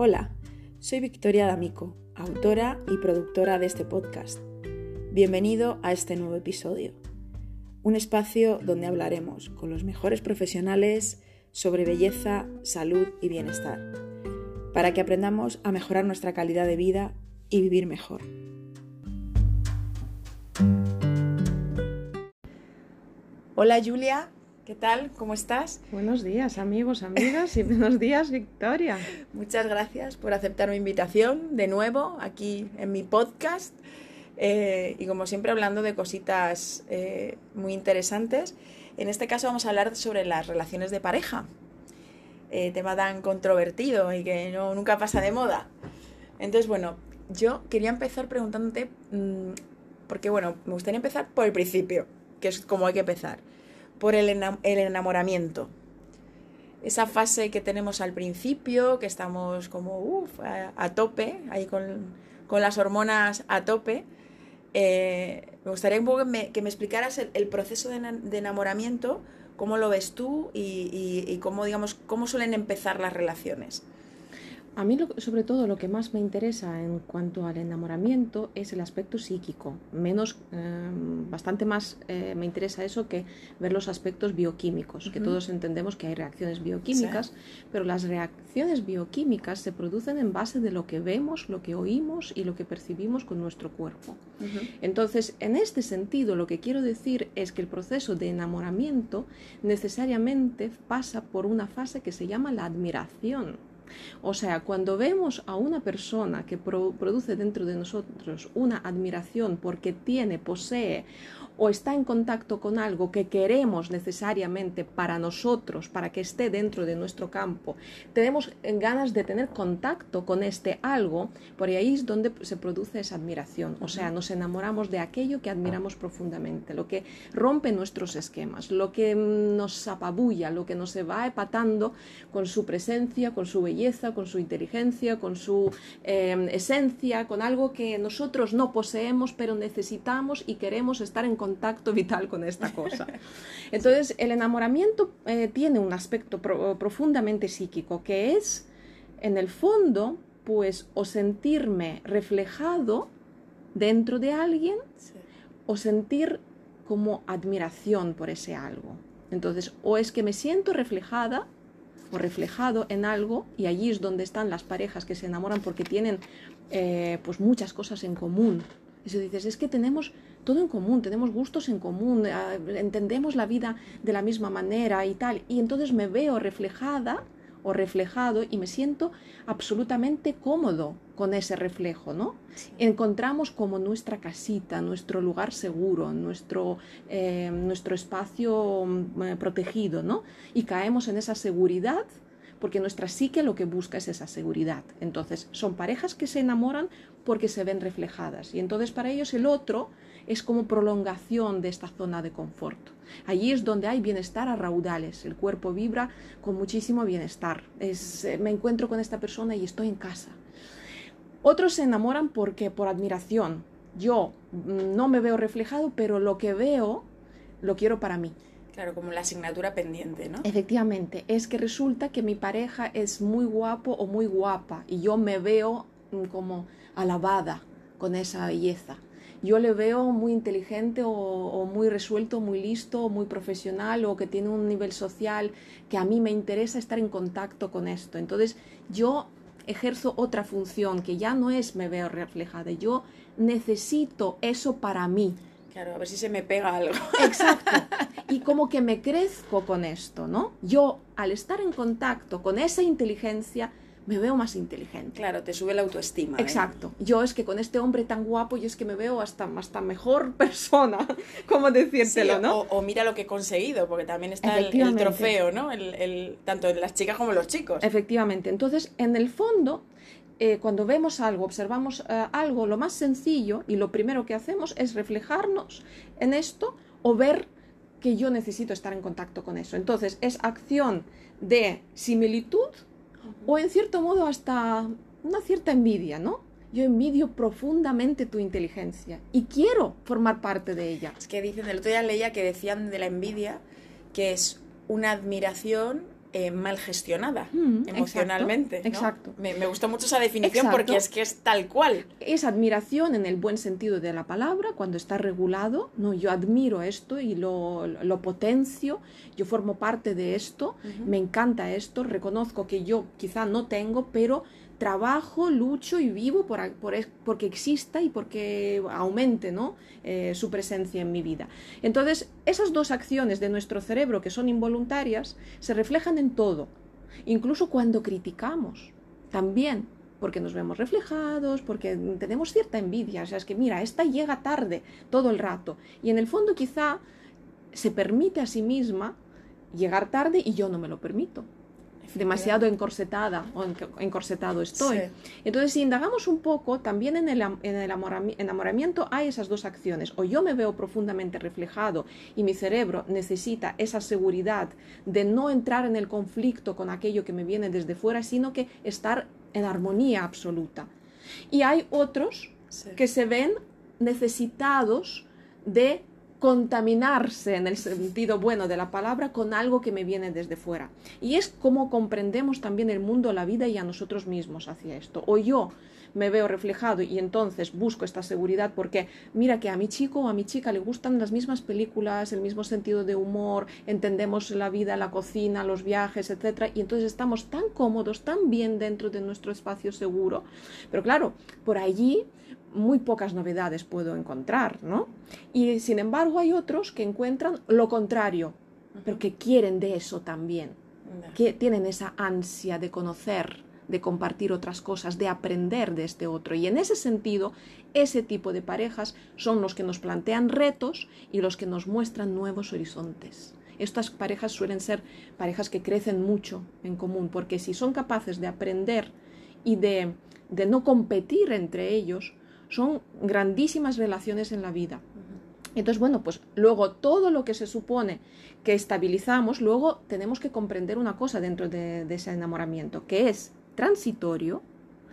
Hola, soy Victoria D'Amico, autora y productora de este podcast. Bienvenido a este nuevo episodio, un espacio donde hablaremos con los mejores profesionales sobre belleza, salud y bienestar, para que aprendamos a mejorar nuestra calidad de vida y vivir mejor. Hola Julia, ¿qué tal? ¿Cómo estás? Buenos días amigos, amigas y buenos días Victoria. Muchas gracias por aceptar mi invitación de nuevo aquí en mi podcast y como siempre hablando de cositas muy interesantes. En este caso vamos a hablar sobre las relaciones de pareja, tema tan controvertido y que nunca pasa de moda. Entonces bueno, yo quería empezar preguntándote, porque bueno, me gustaría empezar por el principio, que es como hay que empezar, por el enamoramiento. Esa fase que tenemos al principio, que estamos como a tope, ahí con las hormonas a tope. Me gustaría un poco que me explicaras el proceso de enamoramiento, cómo lo ves tú y cómo suelen empezar las relaciones. A mí sobre todo lo que más me interesa en cuanto al enamoramiento es el aspecto psíquico. Bastante más me interesa eso que ver los aspectos bioquímicos, que todos entendemos que hay reacciones bioquímicas, sí, pero las reacciones bioquímicas se producen en base de lo que vemos, lo que oímos y lo que percibimos con nuestro cuerpo. Entonces, en este sentido, lo que quiero decir es que el proceso de enamoramiento necesariamente pasa por una fase que se llama la admiración. O sea, cuando vemos a una persona que produce dentro de nosotros una admiración porque posee o está en contacto con algo que queremos necesariamente para nosotros, para que esté dentro de nuestro campo, tenemos ganas de tener contacto con este algo, por ahí es donde se produce esa admiración. O sea, nos enamoramos de aquello que admiramos profundamente, lo que rompe nuestros esquemas, lo que nos apabulla, lo que nos va epatando con su presencia, con su belleza, con su inteligencia, con su esencia, con algo que nosotros no poseemos, pero necesitamos y queremos estar en contacto vital con esta cosa. Entonces, el enamoramiento tiene un aspecto profundamente psíquico, que es, en el fondo, pues, o sentirme reflejado dentro de alguien, sí, o sentir como admiración por ese algo. Entonces, o es que me siento reflejada o reflejado en algo, y allí es donde están las parejas que se enamoran porque tienen pues muchas cosas en común. Eso dices, es que tenemos todo en común, tenemos gustos en común, entendemos la vida de la misma manera y tal, y entonces me veo reflejada o reflejado y me siento absolutamente cómodo con ese reflejo, ¿no? Sí. Encontramos como nuestra casita, nuestro lugar seguro, nuestro espacio protegido, ¿no? Y caemos en esa seguridad porque nuestra psique lo que busca es esa seguridad. Entonces, son parejas que se enamoran porque se ven reflejadas y entonces para ellos el otro es como prolongación de esta zona de confort. Allí es donde hay bienestar a raudales, el cuerpo vibra con muchísimo bienestar. Me encuentro con esta persona y estoy en casa. Otros se enamoran por admiración. Yo no me veo reflejado, pero lo que veo lo quiero para mí. Claro, como la asignatura pendiente, ¿no? Efectivamente, es que resulta que mi pareja es muy guapo o muy guapa y yo me veo como alabada con esa belleza. Yo le veo muy inteligente o muy resuelto, muy listo, muy profesional o que tiene un nivel social que a mí me interesa estar en contacto con esto. Entonces yo ejerzo otra función que ya no es me veo reflejada, yo necesito eso para mí. Claro, a ver si se me pega algo. Exacto. Y como que me crezco con esto, ¿no? Yo, al estar en contacto con esa inteligencia, me veo más inteligente. Claro, te sube la autoestima. Exacto. Yo es que con este hombre tan guapo, yo es que me veo hasta mejor persona, como decírtelo, sí, ¿no? O mira lo que he conseguido, porque también está el trofeo, ¿no? Tanto de las chicas como los chicos. Efectivamente. Entonces, en el fondo, cuando vemos algo, observamos algo, lo más sencillo y lo primero que hacemos es reflejarnos en esto o ver que yo necesito estar en contacto con eso. Entonces, es acción de similitud o en cierto modo hasta una cierta envidia, ¿no? Yo envidio profundamente tu inteligencia y quiero formar parte de ella. Es que dicen, el otro día leía que decían de la envidia que es una admiración mal gestionada emocionalmente, ¿no? Exacto. Me gustó mucho esa definición porque es que es tal cual. Es admiración en el buen sentido de la palabra, cuando está regulado, ¿no? Yo admiro esto y lo potencio, yo formo parte de esto, me encanta esto, reconozco que yo quizá no tengo, pero trabajo, lucho y vivo porque exista y porque aumente, ¿no? Su presencia en mi vida. Entonces, esas dos acciones de nuestro cerebro que son involuntarias se reflejan en todo, incluso cuando criticamos, también, porque nos vemos reflejados, porque tenemos cierta envidia, o sea, es que mira, esta llega tarde todo el rato, y en el fondo quizá se permite a sí misma llegar tarde y yo no me lo permito. Demasiado encorsetada o encorsetado estoy. Sí. Entonces, si indagamos un poco, también en el enamoramiento hay esas dos acciones. O yo me veo profundamente reflejado y mi cerebro necesita esa seguridad de no entrar en el conflicto con aquello que me viene desde fuera, sino que estar en armonía absoluta. Y hay otros que se ven necesitados de contaminarse en el sentido bueno de la palabra con algo que me viene desde fuera. Y es como comprendemos también el mundo, la vida y a nosotros mismos hacia esto. O yo me veo reflejado y entonces busco esta seguridad porque mira que a mi chico o a mi chica le gustan las mismas películas, el mismo sentido de humor, entendemos la vida, la cocina, los viajes, etc. Y entonces estamos tan cómodos, tan bien dentro de nuestro espacio seguro. Pero claro, por allí muy pocas novedades puedo encontrar, ¿no? Y sin embargo hay otros que encuentran lo contrario, pero que quieren de eso también, que tienen esa ansia de conocer, de compartir otras cosas, de aprender de este otro. Y en ese sentido, ese tipo de parejas son los que nos plantean retos y los que nos muestran nuevos horizontes. Estas parejas suelen ser parejas que crecen mucho en común, porque si son capaces de aprender y de no competir entre ellos, son grandísimas relaciones en la vida. Entonces, bueno, pues luego todo lo que se supone que estabilizamos, luego tenemos que comprender una cosa dentro de ese enamoramiento, que es transitorio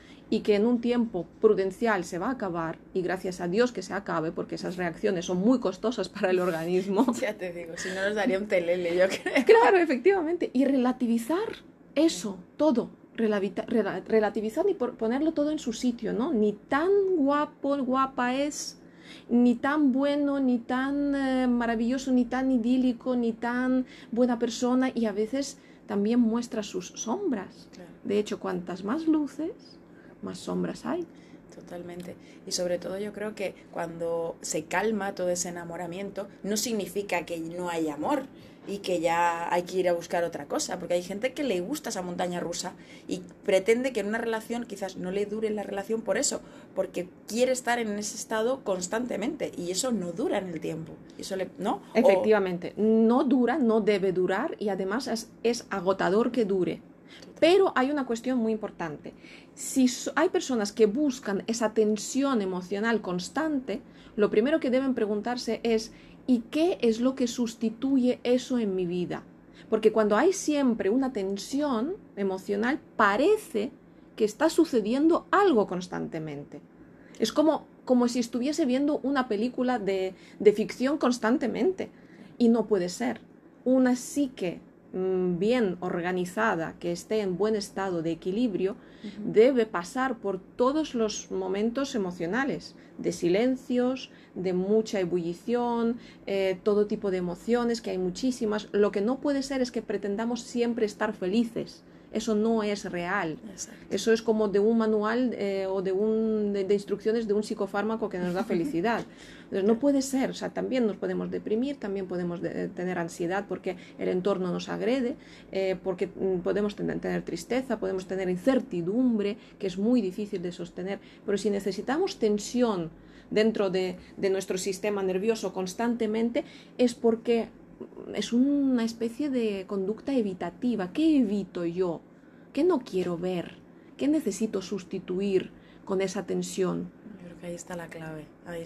y que en un tiempo prudencial se va a acabar, y gracias a Dios que se acabe, porque esas reacciones son muy costosas para el organismo. Ya te digo, si no nos daría un telele, yo creo. Claro, efectivamente, y relativizar eso, todo. Relativizar y ponerlo todo en su sitio, ¿no? Ni tan guapo, guapa es, ni tan bueno, ni tan maravilloso, ni tan idílico, ni tan buena persona, y a veces también muestra sus sombras. Claro. De hecho, cuantas más luces, más sombras hay. Totalmente. Y sobre todo yo creo que cuando se calma todo ese enamoramiento, no significa que no hay amor y que ya hay que ir a buscar otra cosa, porque hay gente que le gusta esa montaña rusa y pretende que en una relación quizás no le dure la relación por eso, porque quiere estar en ese estado constantemente, y eso no dura en el tiempo. Eso ¿no? Efectivamente, no dura, no debe durar, y además es agotador que dure. Pero hay una cuestión muy importante. Si hay personas que buscan esa tensión emocional constante, lo primero que deben preguntarse es ¿y qué es lo que sustituye eso en mi vida? Porque cuando hay siempre una tensión emocional, parece que está sucediendo algo constantemente. Es como si estuviese viendo una película de ficción constantemente. Y no puede ser. Una psique bien organizada, que esté en buen estado de equilibrio, debe pasar por todos los momentos emocionales, de silencios, de mucha ebullición, todo tipo de emociones, que hay muchísimas. Lo que no puede ser es que pretendamos siempre estar felices. Eso no es real. Exacto. Eso es como de un manual o de instrucciones de un psicofármaco que nos da felicidad. Entonces, no puede ser. O sea, también nos podemos deprimir, también podemos tener ansiedad porque el entorno nos agrede, porque podemos tener tristeza, podemos tener incertidumbre, que es muy difícil de sostener. Pero si necesitamos tensión dentro de nuestro sistema nervioso constantemente, es porque es una especie de conducta evitativa. ¿Qué evito yo? ¿Qué no quiero ver? ¿Qué necesito sustituir con esa tensión? Yo creo que ahí está la clave,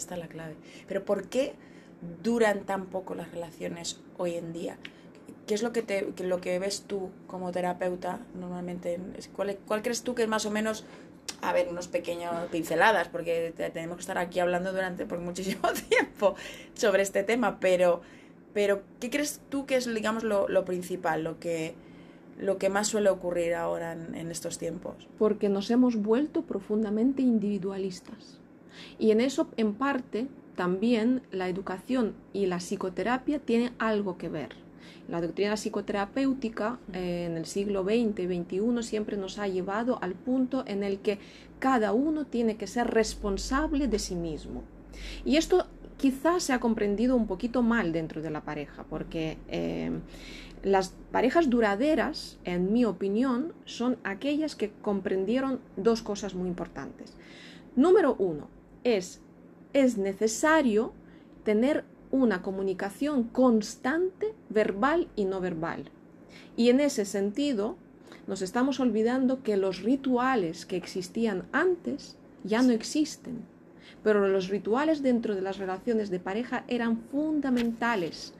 Pero ¿por qué duran tan poco las relaciones hoy en día? ¿Qué es lo que ves tú como terapeuta normalmente? ¿Cuál crees tú que es más o menos, a ver, unos pequeños pinceladas, porque tenemos que estar aquí hablando por muchísimo tiempo sobre este tema, pero ¿qué crees tú que es, digamos, lo principal, lo que lo que más suele ocurrir ahora en estos tiempos. Porque nos hemos vuelto profundamente individualistas. Y en eso, en parte, también la educación y la psicoterapia tienen algo que ver. La doctrina psicoterapéutica en el siglo XX y XXI siempre nos ha llevado al punto en el que cada uno tiene que ser responsable de sí mismo. Y esto quizás se ha comprendido un poquito mal dentro de la pareja, porque las parejas duraderas, en mi opinión, son aquellas que comprendieron dos cosas muy importantes. Número uno, es necesario tener una comunicación constante, verbal y no verbal. Y en ese sentido, nos estamos olvidando que los rituales que existían antes ya no existen. Pero los rituales dentro de las relaciones de pareja eran fundamentales.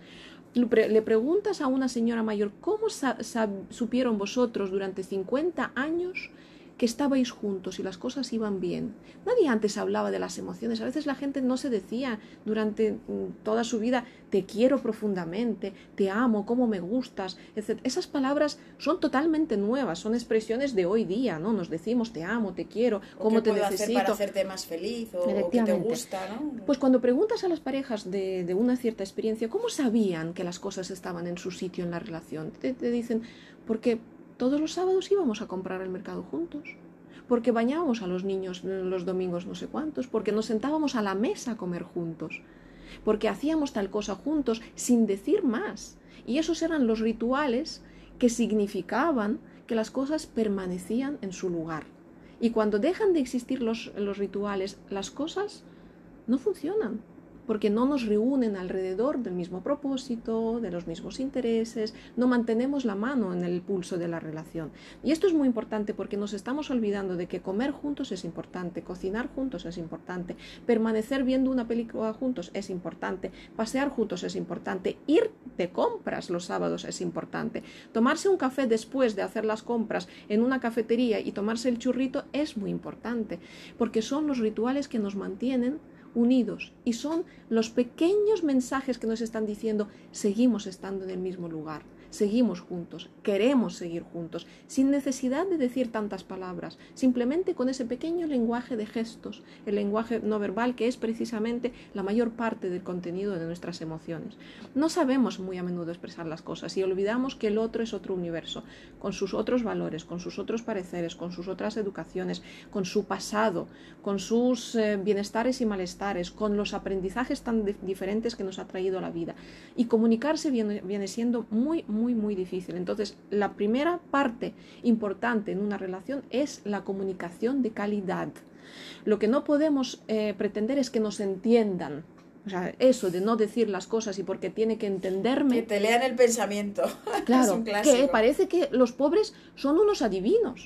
Le preguntas a una señora mayor, ¿cómo supieron vosotros durante 50 años que estabais juntos y las cosas iban bien? Nadie antes hablaba de las emociones. A veces la gente no se decía durante toda su vida, te quiero profundamente, te amo, cómo me gustas, etc. Esas palabras son totalmente nuevas, son expresiones de hoy día, ¿no? Nos decimos te amo, te quiero, cómo te necesito. ¿Qué puedo hacer para hacerte más feliz o que te gusta, ¿no? Pues cuando preguntas a las parejas de una cierta experiencia, ¿cómo sabían que las cosas estaban en su sitio en la relación? Te dicen, porque todos los sábados íbamos a comprar al mercado juntos, porque bañábamos a los niños los domingos no sé cuántos, porque nos sentábamos a la mesa a comer juntos, porque hacíamos tal cosa juntos sin decir más. Y esos eran los rituales que significaban que las cosas permanecían en su lugar. Y cuando dejan de existir los rituales, las cosas no funcionan, porque no nos reúnen alrededor del mismo propósito, de los mismos intereses, no mantenemos la mano en el pulso de la relación. Y esto es muy importante porque nos estamos olvidando de que comer juntos es importante, cocinar juntos es importante, permanecer viendo una película juntos es importante, pasear juntos es importante, ir de compras los sábados es importante, tomarse un café después de hacer las compras en una cafetería y tomarse el churrito es muy importante, porque son los rituales que nos mantienen unidos y son los pequeños mensajes que nos están diciendo seguimos estando en el mismo lugar, seguimos juntos, queremos seguir juntos, sin necesidad de decir tantas palabras, simplemente con ese pequeño lenguaje de gestos, el lenguaje no verbal que es precisamente la mayor parte del contenido de nuestras emociones. No sabemos muy a menudo expresar las cosas y olvidamos que el otro es otro universo, con sus otros valores, con sus otros pareceres, con sus otras educaciones, con su pasado, con sus bienestares y malestares, con los aprendizajes tan diferentes que nos ha traído la vida. Y comunicarse viene siendo muy difícil. Entonces, la primera parte importante en una relación es la comunicación de calidad. Lo que no podemos pretender es que nos entiendan. O sea, eso de no decir las cosas y porque tiene que entenderme. Que te lean el pensamiento. Claro, es un clásico. Que parece que los pobres son unos adivinos.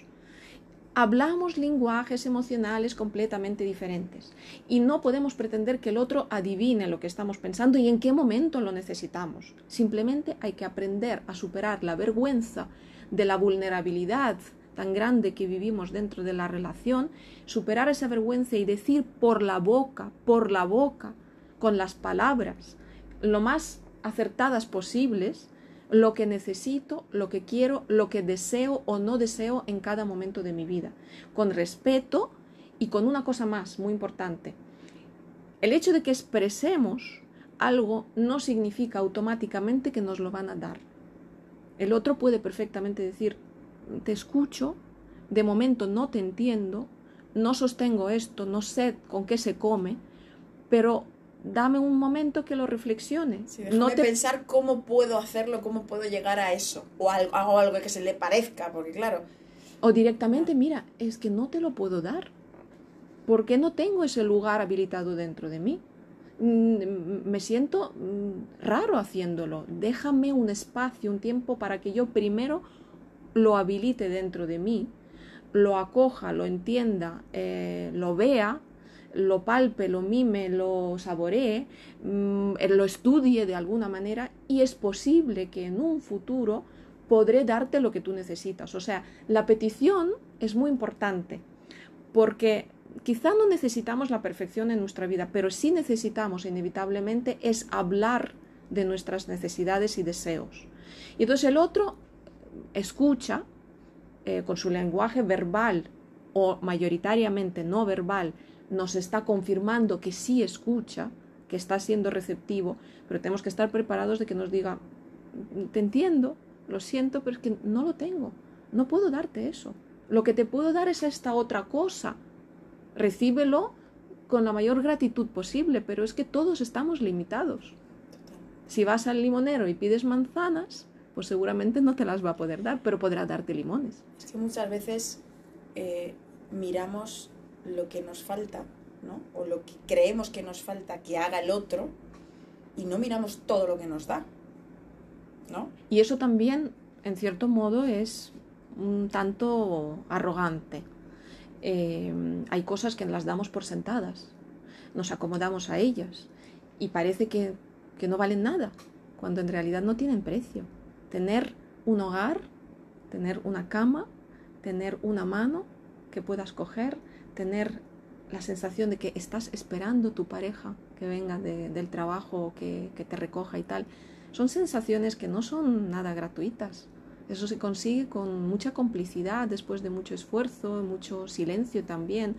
Hablamos lenguajes emocionales completamente diferentes y no podemos pretender que el otro adivine lo que estamos pensando y en qué momento lo necesitamos. Simplemente hay que aprender a superar la vergüenza de la vulnerabilidad tan grande que vivimos dentro de la relación, superar esa vergüenza y decir por la boca, con las palabras lo más acertadas posibles, lo que necesito, lo que quiero, lo que deseo o no deseo en cada momento de mi vida, con respeto y con una cosa más muy importante. El hecho de que expresemos algo no significa automáticamente que nos lo van a dar. El otro puede perfectamente decir, te escucho, de momento no te entiendo, no sostengo esto, no sé con qué se come, pero dame un momento que lo reflexione. Sí, déjame pensar cómo puedo hacerlo, cómo puedo llegar a eso. O hago algo que se le parezca, porque claro. O directamente, mira, es que no te lo puedo dar. ¿Por qué no tengo ese lugar habilitado dentro de mí? Me siento raro haciéndolo. Déjame un espacio, un tiempo para que yo primero lo habilite dentro de mí, lo acoja, lo entienda, lo vea, lo palpe, lo mime, lo saboree, lo estudie de alguna manera y es posible que en un futuro podré darte lo que tú necesitas. O sea, la petición es muy importante porque quizá no necesitamos la perfección en nuestra vida, pero sí necesitamos inevitablemente es hablar de nuestras necesidades y deseos. Y entonces el otro escucha, con su lenguaje verbal o mayoritariamente no verbal, nos está confirmando que sí escucha, que está siendo receptivo, pero tenemos que estar preparados de que nos diga, te entiendo, lo siento, pero es que no lo tengo, no puedo darte eso. Lo que te puedo dar es esta otra cosa. Recíbelo con la mayor gratitud posible, pero es que todos estamos limitados. Si vas al limonero y pides manzanas, pues seguramente no te las va a poder dar, pero podrá darte limones. Es que muchas veces miramos lo que nos falta, ¿no? O lo que creemos que nos falta que haga el otro, y no miramos todo lo que nos da, ¿no? Y eso también, en cierto modo, es un tanto arrogante. Hay cosas que las damos por sentadas, nos acomodamos a ellas y parece que no valen nada, cuando en realidad no tienen precio. Tener un hogar, tener una cama, tener una mano que puedas coger, tener la sensación de que estás esperando tu pareja que venga del trabajo, que te recoja y tal, son sensaciones que no son nada gratuitas. Eso se consigue con mucha complicidad, después de mucho esfuerzo, mucho silencio también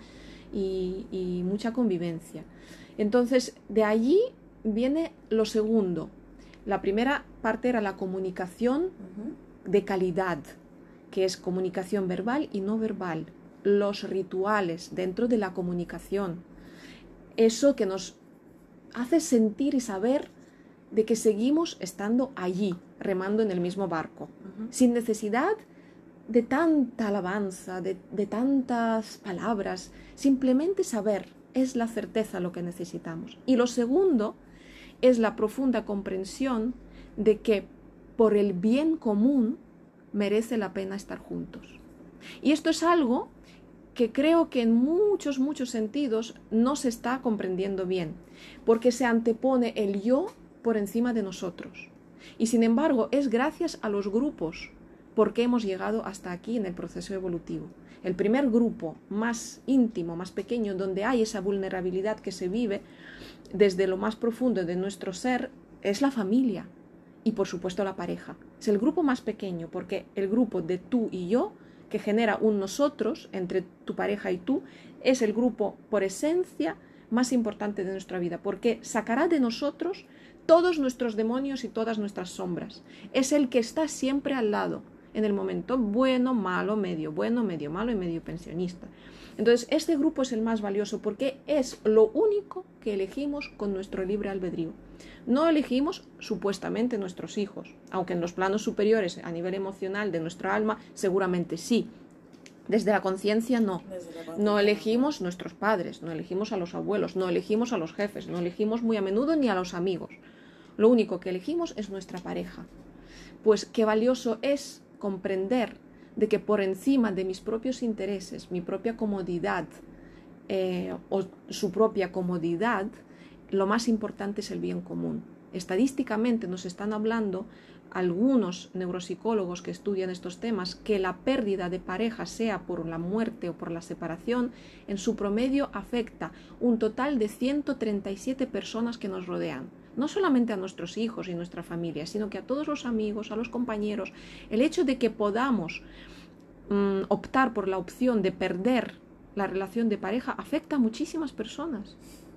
y mucha convivencia. Entonces, de allí viene lo segundo. La primera parte era la comunicación de calidad, que es comunicación verbal y no verbal. Los rituales dentro de la comunicación. Eso que nos hace sentir y saber de que seguimos estando allí, remando en el mismo barco, sin necesidad de tanta alabanza, de tantas palabras, simplemente saber, es la certeza lo que necesitamos. Y lo segundo es la profunda comprensión de que por el bien común merece la pena estar juntos. Y esto es algo que creo que en muchos sentidos no se está comprendiendo bien, porque se antepone el yo por encima de nosotros. Y sin embargo, es gracias a los grupos porque hemos llegado hasta aquí en el proceso evolutivo. El primer grupo más íntimo, más pequeño, donde hay esa vulnerabilidad que se vive desde lo más profundo de nuestro ser, es la familia y por supuesto la pareja. Es el grupo más pequeño porque el grupo de tú y yo, que genera un nosotros entre tu pareja y tú, es el grupo por esencia más importante de nuestra vida, porque sacará de nosotros todos nuestros demonios y todas nuestras sombras. Es el que está siempre al lado, en el momento bueno, malo, medio bueno, medio malo y medio pensionista. Entonces, este grupo es el más valioso porque es lo único que elegimos con nuestro libre albedrío. No elegimos supuestamente nuestros hijos, aunque en los planos superiores, a nivel emocional de nuestra alma, seguramente sí. Desde la conciencia no. No elegimos nuestros padres, no elegimos a los abuelos, no elegimos a los jefes, no elegimos muy a menudo ni a los amigos. Lo único que elegimos es nuestra pareja. Pues qué valioso es comprender de que por encima de mis propios intereses, mi propia comodidad o su propia comodidad, lo más importante es el bien común. Estadísticamente nos están hablando algunos neuropsicólogos que estudian estos temas que la pérdida de pareja, sea por la muerte o por la separación, en su promedio afecta un total de 137 personas que nos rodean. No solamente a nuestros hijos y nuestra familia, sino que a todos los amigos, a los compañeros. El hecho de que podamos optar por la opción de perder la relación de pareja afecta a muchísimas personas.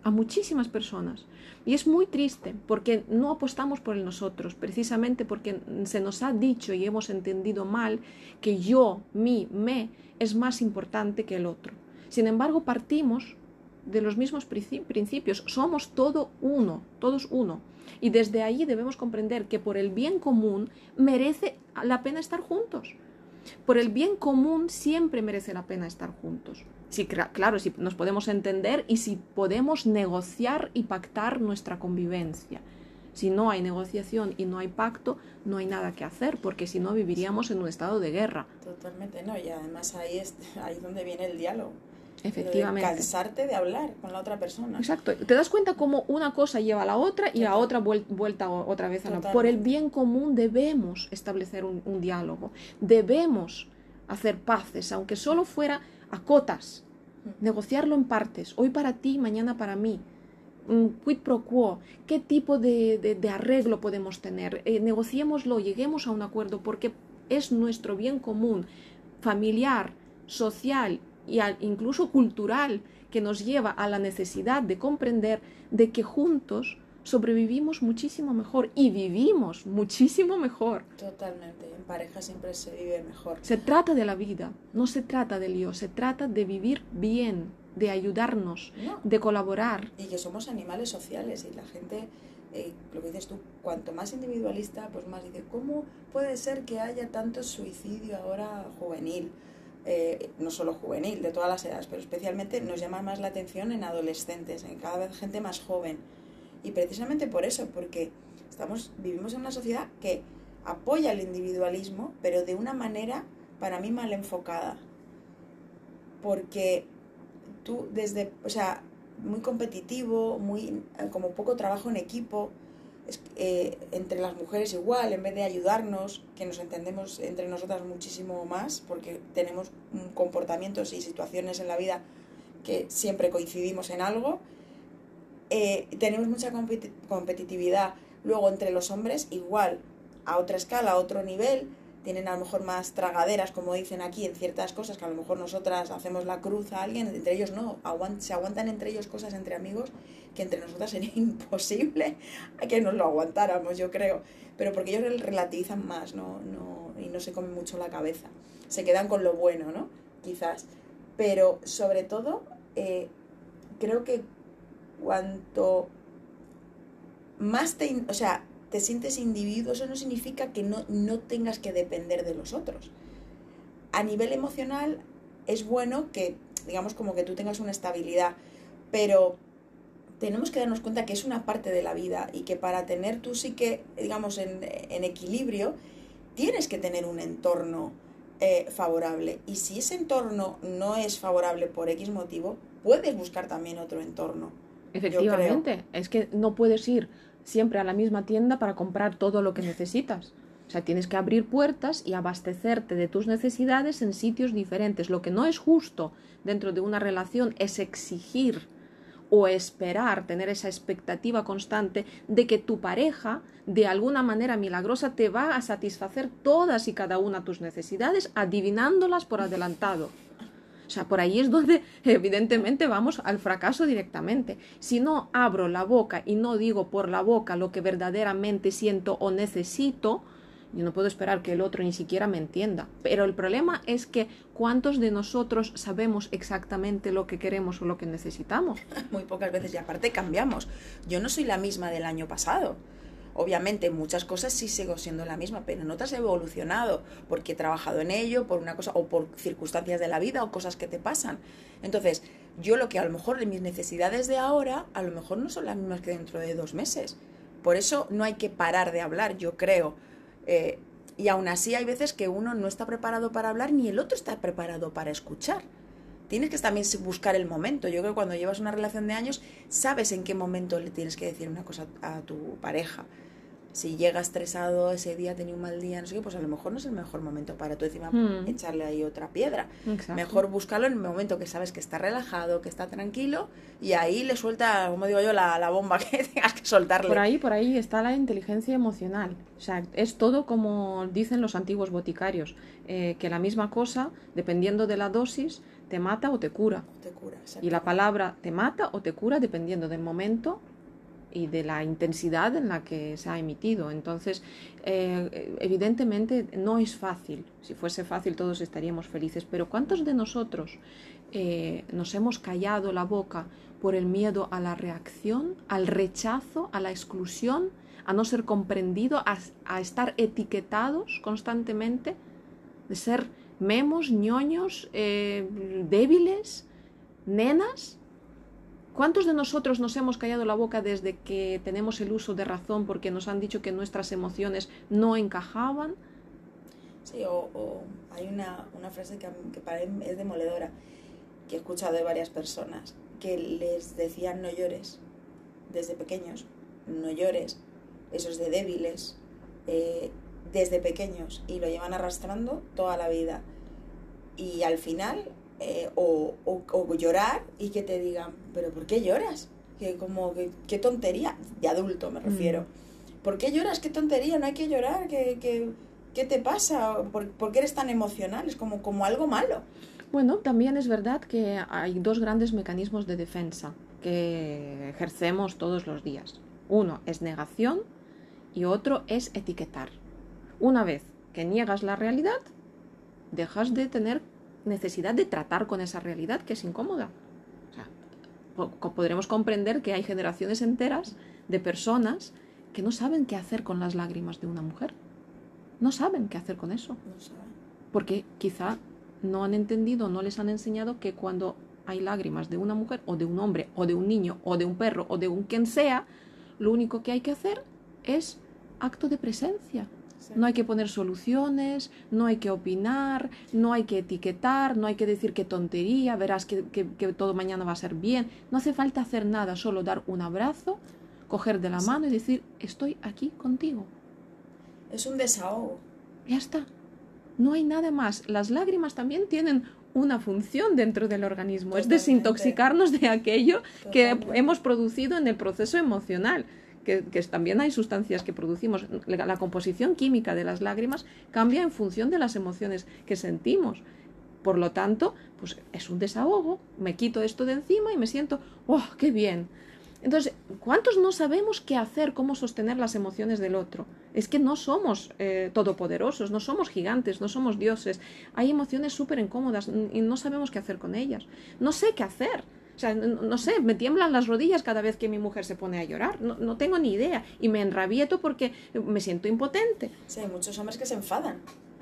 Y es muy triste porque no apostamos por el nosotros, precisamente porque se nos ha dicho y hemos entendido mal que yo, me es más importante que el otro. Sin embargo, partimos de los mismos principios, somos todos uno. Y desde ahí debemos comprender que por el bien común merece la pena estar juntos. Por el bien común siempre merece la pena estar juntos. Sí, claro, si nos podemos entender y si podemos negociar y pactar nuestra convivencia. Si no hay negociación y no hay pacto, no hay nada que hacer, porque si no viviríamos en un estado de guerra. Totalmente, ¿no? Y además ahí es donde viene el diálogo. Efectivamente. De cansarte de hablar con la otra persona. Exacto. Te das cuenta cómo una cosa lleva a la otra y la otra vuelta otra vez a la... Por el bien común debemos establecer un diálogo. Debemos hacer paces, aunque solo fuera a cotas. Negociarlo en partes. Hoy para ti, mañana para mí. Quid pro quo. ¿Qué tipo de arreglo podemos tener? Negociémoslo, lleguemos a un acuerdo, porque es nuestro bien común, familiar, social e incluso cultural, que nos lleva a la necesidad de comprender de que juntos sobrevivimos muchísimo mejor y vivimos muchísimo mejor. Totalmente, en pareja siempre se vive mejor. Se trata de la vida, no se trata de lío, se trata de vivir bien, de ayudarnos, de colaborar. Y que somos animales sociales y la gente, lo que dices tú, cuanto más individualista, pues más dice, ¿cómo puede ser que haya tanto suicidio ahora juvenil? No solo juvenil, de todas las edades, pero especialmente nos llama más la atención en adolescentes, en cada vez gente más joven. Y precisamente por eso, porque vivimos en una sociedad que apoya el individualismo, pero de una manera, para mí, mal enfocada. Porque tú, muy competitivo, como poco trabajo en equipo, entre las mujeres igual, en vez de ayudarnos, que nos entendemos entre nosotras muchísimo más, porque tenemos comportamientos y situaciones en la vida que siempre coincidimos en algo. Tenemos mucha competitividad. Luego entre los hombres igual, a otra escala, a otro nivel, tienen a lo mejor más tragaderas, como dicen aquí, en ciertas cosas que a lo mejor nosotras hacemos la cruz a alguien, entre ellos no, se aguantan entre ellos cosas entre amigos que entre nosotras sería imposible que nos lo aguantáramos, yo creo, pero porque ellos relativizan más, y no se comen mucho la cabeza, se quedan con lo bueno, ¿no? Quizás, pero sobre todo creo que cuanto más te sientes individuo, eso no significa que no tengas que depender de los otros. A nivel emocional es bueno que, digamos, como que tú tengas una estabilidad, pero tenemos que darnos cuenta que es una parte de la vida y que para tener tú sí que, digamos, en equilibrio, tienes que tener un entorno favorable. Y si ese entorno no es favorable por X motivo, puedes buscar también otro entorno. Efectivamente, es que no puedes ir siempre a la misma tienda para comprar todo lo que necesitas. O sea, tienes que abrir puertas y abastecerte de tus necesidades en sitios diferentes. Lo que no es justo dentro de una relación es exigir o esperar, tener esa expectativa constante de que tu pareja, de alguna manera milagrosa, te va a satisfacer todas y cada una de tus necesidades, adivinándolas por adelantado. O sea, por ahí es donde evidentemente vamos al fracaso directamente. Si no abro la boca y no digo por la boca lo que verdaderamente siento o necesito, yo no puedo esperar que el otro ni siquiera me entienda. Pero el problema es que ¿cuántos de nosotros sabemos exactamente lo que queremos o lo que necesitamos? Muy pocas veces, y aparte cambiamos. Yo no soy la misma del año pasado. Obviamente en muchas cosas sí sigo siendo la misma, pero en otras he evolucionado porque he trabajado en ello por una cosa o por circunstancias de la vida o cosas que te pasan. Entonces, yo lo que a lo mejor de mis necesidades de ahora, a lo mejor no son las mismas que dentro de 2 meses. Por eso no hay que parar de hablar, yo creo. Y aún así hay veces que uno no está preparado para hablar ni el otro está preparado para escuchar. Tienes que también buscar el momento. Yo creo que cuando llevas una relación de años, sabes en qué momento le tienes que decir una cosa a tu pareja. Si llega estresado, ese día tenía un mal día, no sé qué, pues a lo mejor no es el mejor momento para tú encima echarle ahí otra piedra. Exacto. Mejor buscarlo en el momento que sabes que está relajado, que está tranquilo, y ahí le suelta, como digo yo, la bomba que tengas que soltarle. Por ahí está la inteligencia emocional. O sea, es todo como dicen los antiguos boticarios, que la misma cosa, dependiendo de la dosis, te mata o te cura. Y la palabra te mata o te cura dependiendo del momento y de la intensidad en la que se ha emitido. Entonces, evidentemente no es fácil. Si fuese fácil todos estaríamos felices, pero ¿cuántos de nosotros nos hemos callado la boca por el miedo a la reacción, al rechazo, a la exclusión, a no ser comprendido, a estar etiquetados constantemente, de ser memos, ñoños, débiles, nenas? ¿Cuántos de nosotros nos hemos callado la boca desde que tenemos el uso de razón porque nos han dicho que nuestras emociones no encajaban? Sí, o hay una frase que para mí es demoledora, que he escuchado de varias personas, que les decían no llores desde pequeños, no llores, eso es de débiles, desde pequeños, y lo llevan arrastrando toda la vida. Y al final... o llorar y que te digan, ¿pero por qué lloras? ¿Qué tontería? De adulto me refiero. ¿Por qué lloras? ¿Qué tontería? No hay que llorar, ¿qué te pasa? ¿Por qué eres tan emocional? Es como algo malo. Bueno, también es verdad que hay dos grandes mecanismos de defensa que ejercemos todos los días. Uno es negación y otro es etiquetar. Una vez que niegas la realidad, dejas de tener necesidad de tratar con esa realidad que es incómoda. O sea, podremos comprender que hay generaciones enteras de personas que no saben qué hacer con las lágrimas de una mujer. No saben qué hacer con eso. No sé. Porque quizá no han entendido, no les han enseñado que cuando hay lágrimas de una mujer o de un hombre o de un niño o de un perro o de un quien sea, lo único que hay que hacer es acto de presencia. Sí. No hay que poner soluciones, no hay que opinar, no hay que etiquetar, no hay que decir qué tontería, verás que todo mañana va a ser bien. No hace falta hacer nada, solo dar un abrazo, coger de la mano y decir, estoy aquí contigo. Es un desahogo. Ya está. No hay nada más. Las lágrimas también tienen una función dentro del organismo. Totalmente. Es desintoxicarnos de aquello Totalmente. Que hemos producido en el proceso emocional. Que también hay sustancias que producimos. La composición química de las lágrimas cambia en función de las emociones que sentimos. Por lo tanto, pues es un desahogo. Me quito esto de encima y me siento, ¡oh, qué bien! Entonces, ¿cuántos no sabemos qué hacer, cómo sostener las emociones del otro? Es que no somos todopoderosos, no somos gigantes, no somos dioses. Hay emociones súper incómodas y no sabemos qué hacer con ellas. No sé qué hacer. O sea, no sé, me tiemblan las rodillas cada vez que mi mujer se pone a llorar. No tengo ni idea. Y me enrabieto porque me siento impotente. Sí, hay muchos hombres que se enfadan.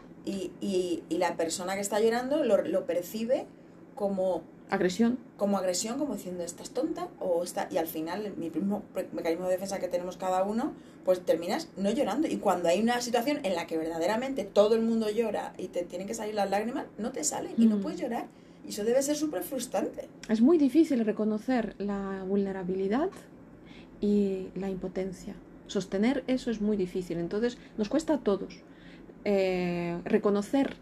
Y la persona que está llorando lo percibe como... agresión. Como agresión, como diciendo, estás tonta, y al final, el mismo mecanismo de defensa que tenemos cada uno, pues terminas no llorando. Y cuando hay una situación en la que verdaderamente todo el mundo llora y te tienen que salir las lágrimas, no te salen y no puedes llorar. Y eso debe ser súper frustrante. Es muy difícil reconocer la vulnerabilidad y la impotencia. Sostener eso es muy difícil. Entonces, nos cuesta a todos reconocer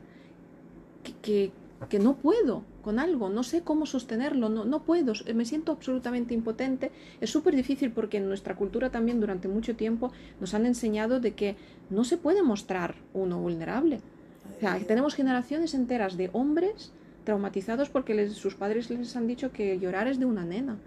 que no puedo con algo, no sé cómo sostenerlo, no puedo, me siento absolutamente impotente. Es súper difícil porque en nuestra cultura también durante mucho tiempo nos han enseñado de que no se puede mostrar uno vulnerable. O sea, tenemos generaciones enteras de hombres traumatizados porque sus padres les han dicho que llorar es de una nena.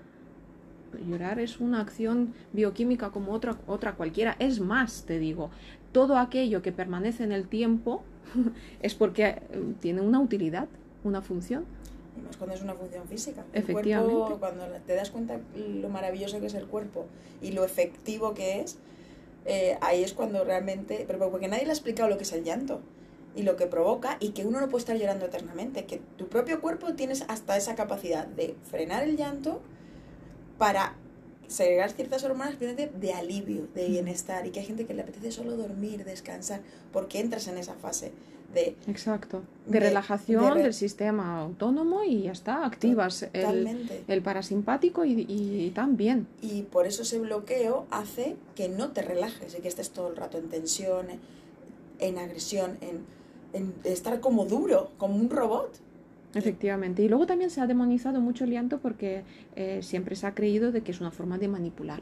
Llorar es una acción bioquímica como otra cualquiera. Es más, te digo, todo aquello que permanece en el tiempo es porque tiene una utilidad, una función. Y más cuando es una función física. Efectivamente. El cuerpo, cuando te das cuenta lo maravilloso que es el cuerpo y lo efectivo que es, ahí es cuando realmente... Pero porque nadie le ha explicado lo que es el llanto y lo que provoca, y que uno no puede estar llorando eternamente, que tu propio cuerpo tienes hasta esa capacidad de frenar el llanto para segregar ciertas hormonas de alivio, de bienestar, y que hay gente que le apetece solo dormir, descansar, porque entras en esa fase de... Exacto, de relajación del sistema autónomo y ya está, activas el parasimpático y también. Y por eso ese bloqueo hace que no te relajes y que estés todo el rato en tensión, en agresión, en estar como duro, como un robot. Efectivamente. Y luego también se ha demonizado mucho el llanto porque siempre se ha creído de que es una forma de manipular,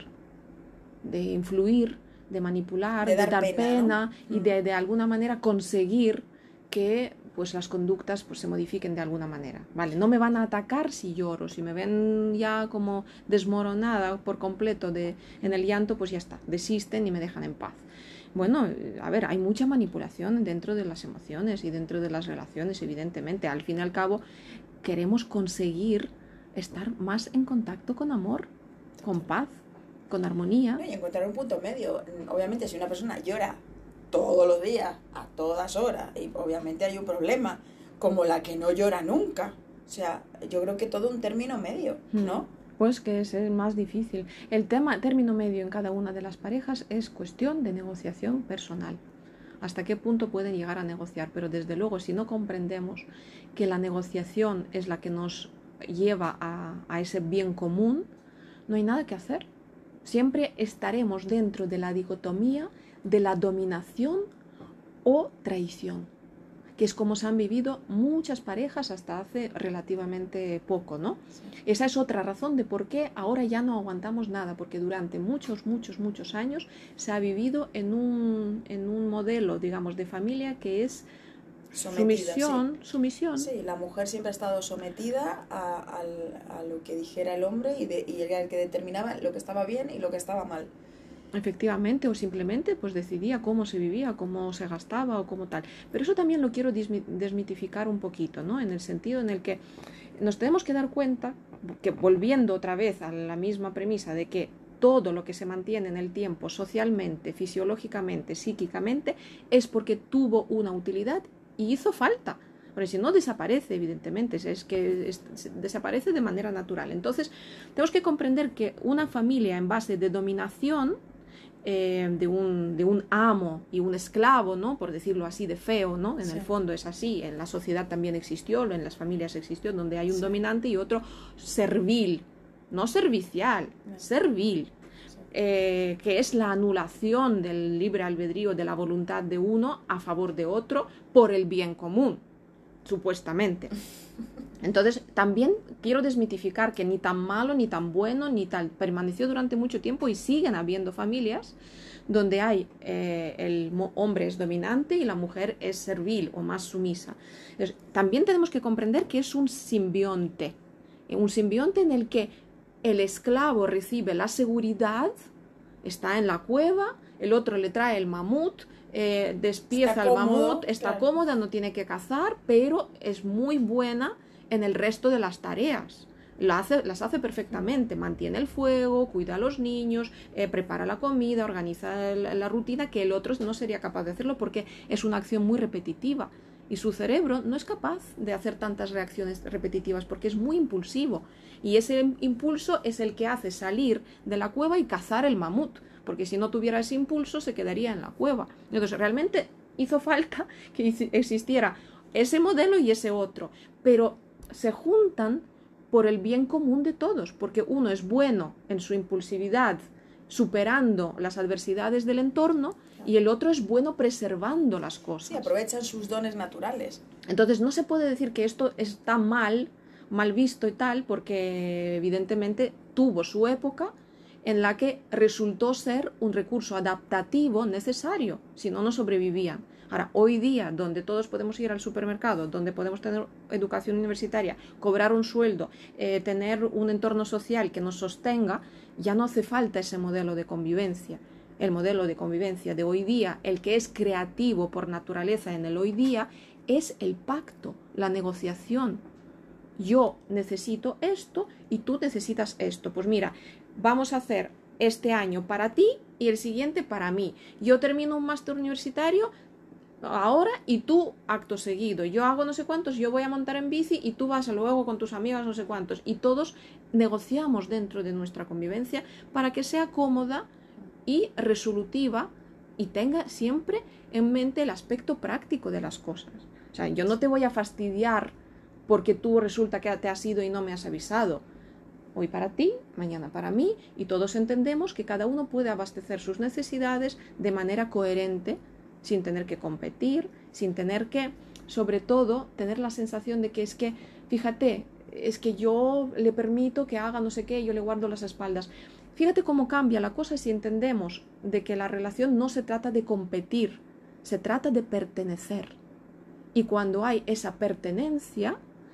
de influir, de manipular, de dar pena, ¿no? Y de alguna manera conseguir que pues las conductas pues se modifiquen de alguna manera. Vale, no me van a atacar si lloro, si me ven ya como desmoronada por completo en el llanto, pues ya está, desisten y me dejan en paz. Bueno, a ver, hay mucha manipulación dentro de las emociones y dentro de las relaciones, evidentemente. Al fin y al cabo, queremos conseguir estar más en contacto con amor, con paz, con armonía. Y encontrar un punto medio. Obviamente, si una persona llora todos los días, a todas horas, y obviamente hay un problema, como la que no llora nunca. O sea, yo creo que todo un término medio, ¿no? Pues que es el más difícil. El término medio en cada una de las parejas es cuestión de negociación personal. Hasta qué punto pueden llegar a negociar, pero desde luego si no comprendemos que la negociación es la que nos lleva a ese bien común, no hay nada que hacer. Siempre estaremos dentro de la dicotomía de la dominación o traición. que es como se han vivido muchas parejas hasta hace relativamente poco, ¿no? Sí. Esa es otra razón de por qué ahora ya no aguantamos nada, porque durante muchos años se ha vivido en un modelo, digamos, de familia que es Sometida, sumisión. Sí, la mujer siempre ha estado sometida a lo que dijera el hombre y era el que determinaba lo que estaba bien y lo que estaba mal. Efectivamente, o simplemente pues decidía cómo se vivía, cómo se gastaba o cómo tal. Pero eso también lo quiero desmitificar un poquito, ¿no? En el sentido en el que nos tenemos que dar cuenta, que volviendo otra vez a la misma premisa de que todo lo que se mantiene en el tiempo socialmente, fisiológicamente, psíquicamente, es porque tuvo una utilidad y hizo falta. Porque si no desaparece, evidentemente, es que desaparece de manera natural. Entonces, tenemos que comprender que una familia en base de dominación, de un amo y un esclavo, ¿no? Por decirlo así, de feo, ¿no? En el fondo es así, en la sociedad también existió, en las familias existió, donde hay un dominante y otro servil, no servicial, servil, que es la anulación del libre albedrío, de la voluntad de uno a favor de otro por el bien común, supuestamente. Entonces, también quiero desmitificar que ni tan malo, ni tan bueno, ni tal. Permaneció durante mucho tiempo y siguen habiendo familias donde hay el hombre es dominante y la mujer es servil o más sumisa. Entonces, también tenemos que comprender que es un simbionte en el que el esclavo recibe la seguridad, está en la cueva, el otro le trae el mamut, despieza el mamut, está cómoda, no tiene que cazar, pero es muy buena en el resto de las tareas. Las hace perfectamente, mantiene el fuego, cuida a los niños, prepara la comida, organiza la rutina, que el otro no sería capaz de hacerlo porque es una acción muy repetitiva. Y su cerebro no es capaz de hacer tantas reacciones repetitivas porque es muy impulsivo. Y ese impulso es el que hace salir de la cueva y cazar el mamut, porque si no tuviera ese impulso se quedaría en la cueva. Entonces realmente hizo falta que existiera ese modelo y ese otro, pero se juntan por el bien común de todos, porque uno es bueno en su impulsividad, superando las adversidades del entorno, y el otro es bueno preservando las cosas. Sí, aprovechan sus dones naturales. Entonces no se puede decir que esto está mal visto y tal, porque evidentemente tuvo su época en la que resultó ser un recurso adaptativo necesario, si no, no sobrevivían. Ahora, hoy día, donde todos podemos ir al supermercado, donde podemos tener educación universitaria, cobrar un sueldo, tener un entorno social que nos sostenga, ya no hace falta ese modelo de convivencia. El modelo de convivencia de hoy día, el que es creativo por naturaleza en el hoy día, es el pacto, la negociación. Yo necesito esto y tú necesitas esto. Pues mira, vamos a hacer este año para ti y el siguiente para mí. Yo termino un máster universitario ahora y tú acto seguido. Yo hago no sé cuántos, yo voy a montar en bici y tú vas luego con tus amigas no sé cuántos. Y todos negociamos dentro de nuestra convivencia para que sea cómoda y resolutiva y tenga siempre en mente el aspecto práctico de las cosas. O sea, yo no te voy a fastidiar porque tú resulta que te has ido y no me has avisado. Hoy para ti, mañana para mí, y todos entendemos que cada uno puede abastecer sus necesidades de manera coherente, sin tener que competir, sin tener que, sobre todo, tener la sensación de que es que, fíjate, es que yo le permito que haga no sé qué, yo le guardo las espaldas. Fíjate cómo cambia la cosa si entendemos de que la relación no se trata de competir, se trata de pertenecer. Y cuando hay esa pertenencia,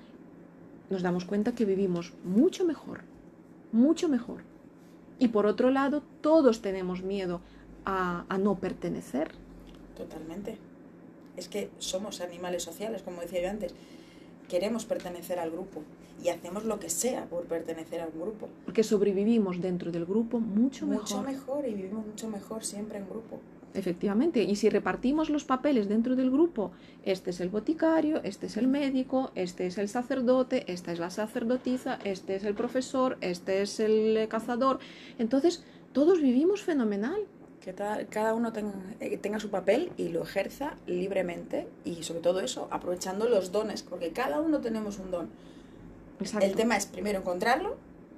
nos damos cuenta que vivimos mucho mejor, mucho mejor. Y por otro lado, todos tenemos miedo a no pertenecer. Totalmente. Es que somos animales sociales, como decía yo antes. Queremos pertenecer al grupo y hacemos lo que sea por pertenecer a un grupo. Porque sobrevivimos dentro del grupo mucho mejor. Mucho mejor y vivimos mucho mejor siempre en grupo. Efectivamente, y si repartimos los papeles dentro del grupo, este es el boticario, este es el médico, este es el sacerdote, esta es la sacerdotisa, este es el profesor, este es el cazador, entonces todos vivimos fenomenal. Que cada uno tenga su papel y lo ejerza libremente y sobre todo eso, aprovechando los dones, porque cada uno tenemos un don. Exacto. El tema es primero encontrarlo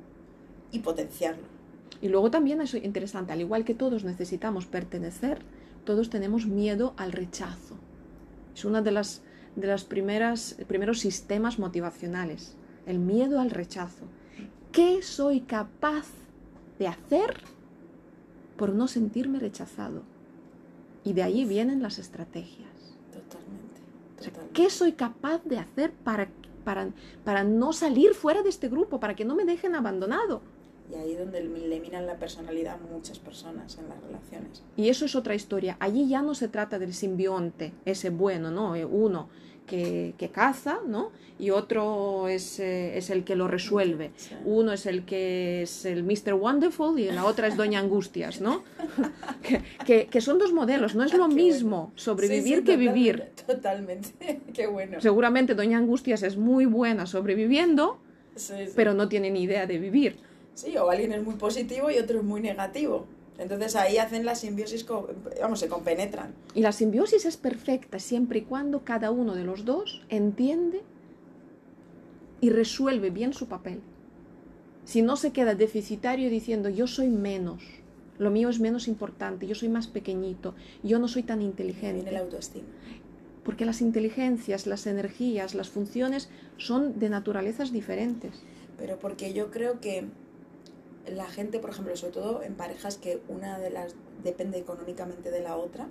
y potenciarlo. Y luego también es interesante, al igual que todos necesitamos pertenecer, todos tenemos miedo al rechazo. Es una de de los primeros sistemas motivacionales, el miedo al rechazo. ¿Qué soy capaz de hacer por no sentirme rechazado? Y de ahí vienen las estrategias. Totalmente. O sea, ¿qué soy capaz de hacer para no salir fuera de este grupo, para que no me dejen abandonado? Y ahí es donde le minan la personalidad a muchas personas en las relaciones. Y eso es otra historia. Allí ya no se trata del simbionte, ese bueno, ¿no? Uno que caza, ¿no? Y otro es el que lo resuelve. Sí. Uno es el que es el Mr. Wonderful y la otra es Doña Angustias, ¿no? que son dos modelos, no es lo mismo sobrevivir que vivir. Totalmente, qué bueno. Seguramente Doña Angustias es muy buena sobreviviendo, Sí. pero no tiene ni idea de vivir. Sí, o alguien es muy positivo y otro es muy negativo. Entonces ahí hacen la simbiosis, se compenetran. Y la simbiosis es perfecta siempre y cuando cada uno de los dos entiende y resuelve bien su papel. Si no se queda deficitario diciendo yo soy menos, lo mío es menos importante, yo soy más pequeñito, yo no soy tan inteligente. Viene la autoestima. Porque las inteligencias, las energías, las funciones son de naturalezas diferentes. Pero porque yo creo que la gente, por ejemplo, sobre todo en parejas que una de las depende económicamente de la otra,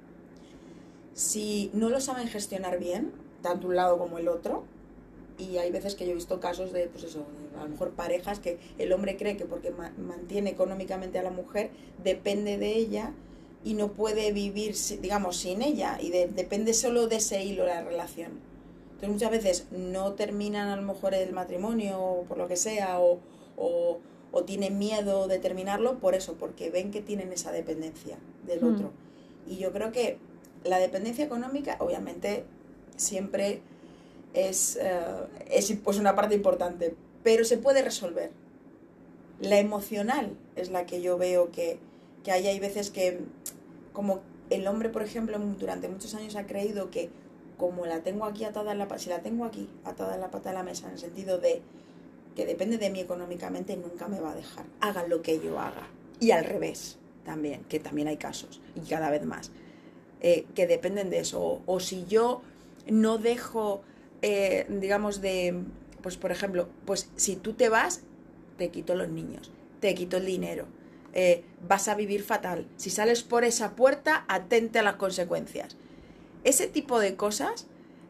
si no lo saben gestionar bien, tanto un lado como el otro, y hay veces que yo he visto casos de, pues eso, de a lo mejor parejas que el hombre cree que porque mantiene económicamente a la mujer, depende de ella y no puede vivir, digamos, sin ella, y depende solo de ese hilo la relación. Entonces muchas veces no terminan a lo mejor el matrimonio, o por lo que sea, o tienen miedo de terminarlo por eso, porque ven que tienen esa dependencia del otro. Y yo creo que la dependencia económica, obviamente, siempre es pues una parte importante, pero se puede resolver. La emocional es la que yo veo que hay veces que, como el hombre, por ejemplo, durante muchos años ha creído que como la tengo aquí atada si la tengo aquí atada en la pata de la mesa, en el sentido de que depende de mí económicamente, nunca me va a dejar, haga lo que yo haga. Y al revés también, que también hay casos, y cada vez más, que dependen de eso. O si yo no dejo, digamos, pues por ejemplo, pues si tú te vas, te quito los niños, te quito el dinero, vas a vivir fatal. Si sales por esa puerta, atente a las consecuencias. Ese tipo de cosas,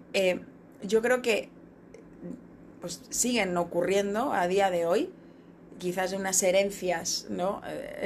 yo creo que pues siguen ocurriendo a día de hoy, quizás unas herencias, ¿no?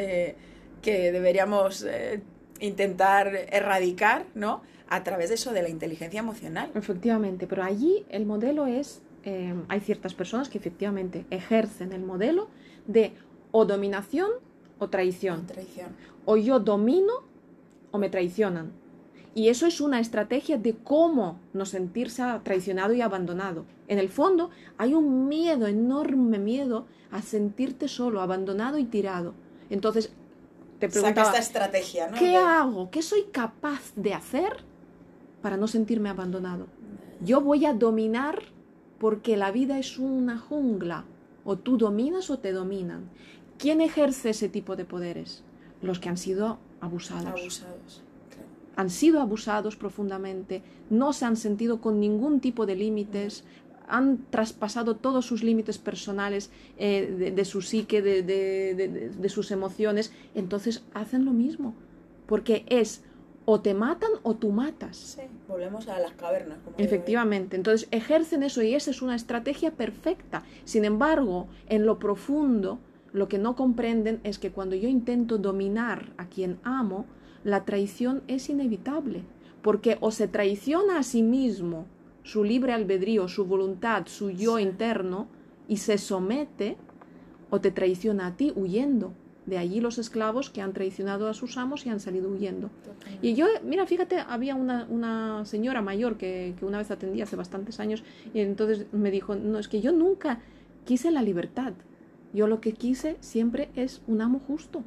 Que deberíamos intentar erradicar, ¿no? A través de eso, de la inteligencia emocional. Efectivamente, pero allí el modelo es, hay ciertas personas que efectivamente ejercen el modelo de o dominación o traición. O yo domino o me traicionan. Y eso es una estrategia de cómo no sentirse traicionado y abandonado. En el fondo hay un miedo, enorme miedo a sentirte solo, abandonado y tirado. Entonces te preguntaba, saca esta estrategia, ¿no? ¿qué hago? ¿Qué soy capaz de hacer para no sentirme abandonado? Yo voy a dominar porque la vida es una jungla. O tú dominas o te dominan. ¿Quién ejerce ese tipo de poderes? Los que han sido abusados. Han sido abusados profundamente, no se han sentido con ningún tipo de límites, han traspasado todos sus límites personales, de su psique, de sus emociones. Entonces hacen lo mismo, porque es o te matan o tú matas. Sí, volvemos a las cavernas. Efectivamente, entonces ejercen eso y esa es una estrategia perfecta. Sin embargo, en lo profundo, lo que no comprenden es que cuando yo intento dominar a quien amo, la traición es inevitable, porque o se traiciona a sí mismo, su libre albedrío, su voluntad, su yo interno, y se somete, o te traiciona a ti huyendo. De allí los esclavos que han traicionado a sus amos y han salido huyendo. Totalmente. Y yo, mira, fíjate, había una señora mayor que una vez atendí hace bastantes años, y entonces me dijo, no, es que yo nunca quise la libertad, yo lo que quise siempre es un amo justo.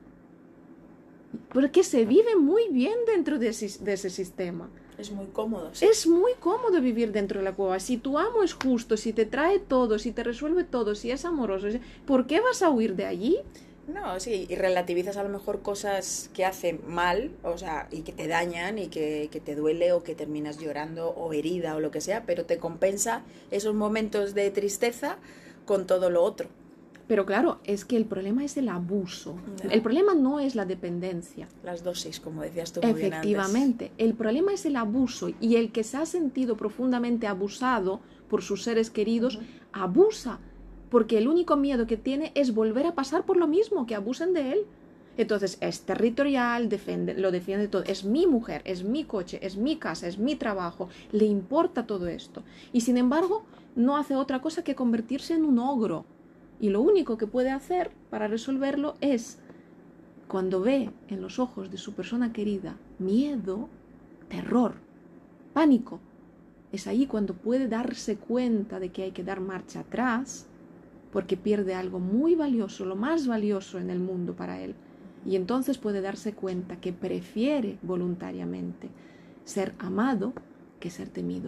Porque se vive muy bien dentro de ese sistema. Es muy cómodo. Sí. Es muy cómodo vivir dentro de la cueva. Si tu amo es justo, si te trae todo, si te resuelve todo, si es amoroso, ¿por qué vas a huir de allí? No, sí, y relativizas a lo mejor cosas que hacen mal, o sea, y que te dañan y que te duele o que terminas llorando o herida o lo que sea, pero te compensa esos momentos de tristeza con todo lo otro. Pero claro, es que el problema es el abuso. Ya. El problema no es la dependencia. Las dosis, como decías tú muy bien antes. Efectivamente, el problema es el abuso y el que se ha sentido profundamente abusado por sus seres queridos, abusa, porque el único miedo que tiene es volver a pasar por lo mismo, que abusen de él. Entonces es territorial, lo defiende todo. Es mi mujer, es mi coche, es mi casa, es mi trabajo. Le importa todo esto. Y sin embargo, no hace otra cosa que convertirse en un ogro. Y lo único que puede hacer para resolverlo es, cuando ve en los ojos de su persona querida miedo, terror, pánico, es ahí cuando puede darse cuenta de que hay que dar marcha atrás, porque pierde algo muy valioso, lo más valioso en el mundo para él. Y entonces puede darse cuenta que prefiere voluntariamente ser amado que ser temido.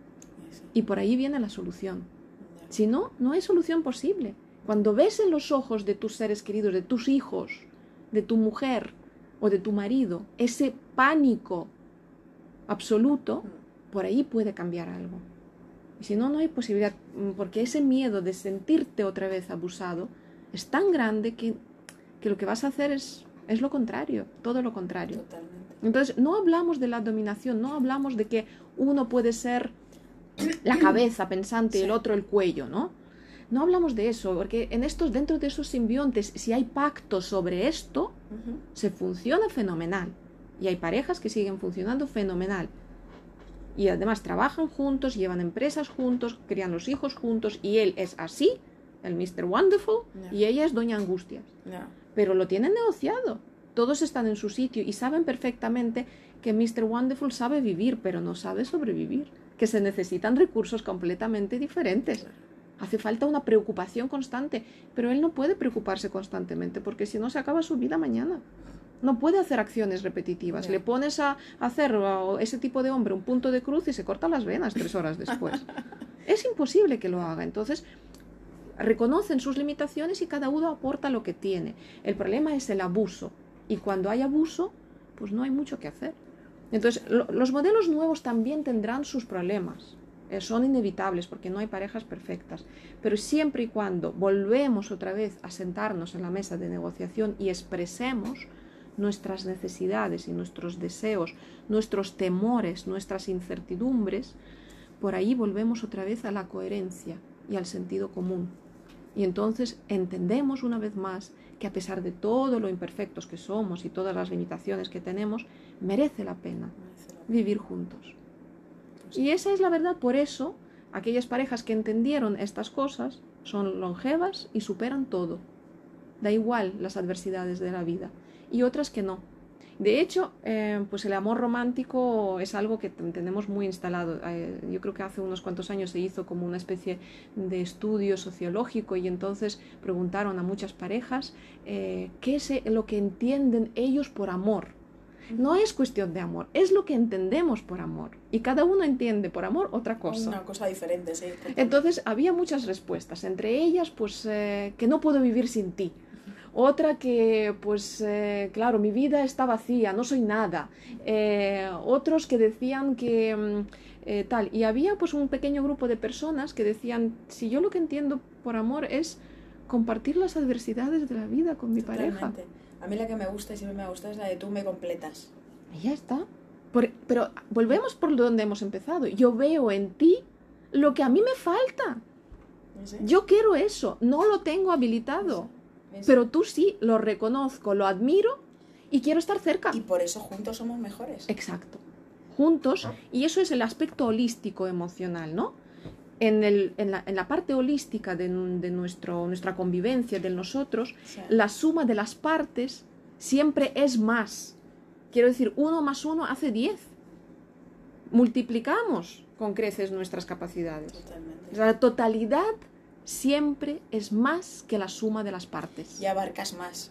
Y por ahí viene la solución. Si no, no hay solución posible. Cuando ves en los ojos de tus seres queridos, de tus hijos, de tu mujer o de tu marido, ese pánico absoluto, por ahí puede cambiar algo. Y si no, no hay posibilidad, porque ese miedo de sentirte otra vez abusado es tan grande que lo que vas a hacer es lo contrario, todo lo contrario. Totalmente. Entonces, no hablamos de la dominación, no hablamos de que uno puede ser la cabeza pensante y el otro el cuello, ¿no? No hablamos de eso, porque dentro de esos simbiontes, si hay pactos sobre esto, se funciona fenomenal. Y hay parejas que siguen funcionando fenomenal. Y además trabajan juntos, llevan empresas juntos, crían los hijos juntos, y él es así, el Mr. Wonderful, y ella es Doña Angustias. Pero lo tienen negociado. Todos están en su sitio y saben perfectamente que Mr. Wonderful sabe vivir, pero no sabe sobrevivir. Que se necesitan recursos completamente diferentes. Hace falta una preocupación constante, pero él no puede preocuparse constantemente porque si no se acaba su vida mañana. No puede hacer acciones repetitivas. Le pones a hacer a ese tipo de hombre un punto de cruz y se corta las venas 3 horas después. Es imposible que lo haga. Entonces, reconocen sus limitaciones y cada uno aporta lo que tiene. El problema es el abuso. Y cuando hay abuso, pues no hay mucho que hacer. Entonces, los modelos nuevos también tendrán sus problemas. Son inevitables porque no hay parejas perfectas. Pero siempre y cuando volvemos otra vez a sentarnos en la mesa de negociación y expresemos nuestras necesidades y nuestros deseos, nuestros temores, nuestras incertidumbres, por ahí volvemos otra vez a la coherencia y al sentido común. Y entonces entendemos una vez más que a pesar de todo lo imperfectos que somos y todas las limitaciones que tenemos, merece la pena vivir juntos. Y esa es la verdad. Por eso, aquellas parejas que entendieron estas cosas son longevas y superan todo. Da igual las adversidades de la vida. Y otras que no. De hecho, pues el amor romántico es algo que tenemos muy instalado. Yo creo que hace unos cuantos años se hizo como una especie de estudio sociológico y entonces preguntaron a muchas parejas qué es lo que entienden ellos por amor. No es cuestión de amor, es lo que entendemos por amor. Y cada uno entiende por amor otra cosa. Una cosa diferente, sí. Entonces había muchas respuestas. Entre ellas, pues que no puedo vivir sin ti. Otra que, pues, claro, mi vida está vacía, no soy nada. Otros que decían que tal. Y había pues un pequeño grupo de personas que decían, si yo lo que entiendo por amor es compartir las adversidades de la vida con mi pareja. A mí la que me gusta y siempre me ha gustado es la de tú me completas. Y ya está. Pero volvemos por donde hemos empezado. Yo veo en ti lo que a mí me falta. ¿Sí? Yo quiero eso, no lo tengo habilitado. ¿Sí? Pero tú sí, lo reconozco, lo admiro y quiero estar cerca. Y por eso juntos somos mejores. Exacto. Juntos, y eso es el aspecto holístico emocional, ¿no? En la parte holística de nuestra convivencia, de nosotros, sí. La suma de las partes siempre es más. Quiero decir, 1 más 1 hace 10. Multiplicamos con creces nuestras capacidades. Totalmente. La totalidad siempre es más que la suma de las partes. Y abarcas más.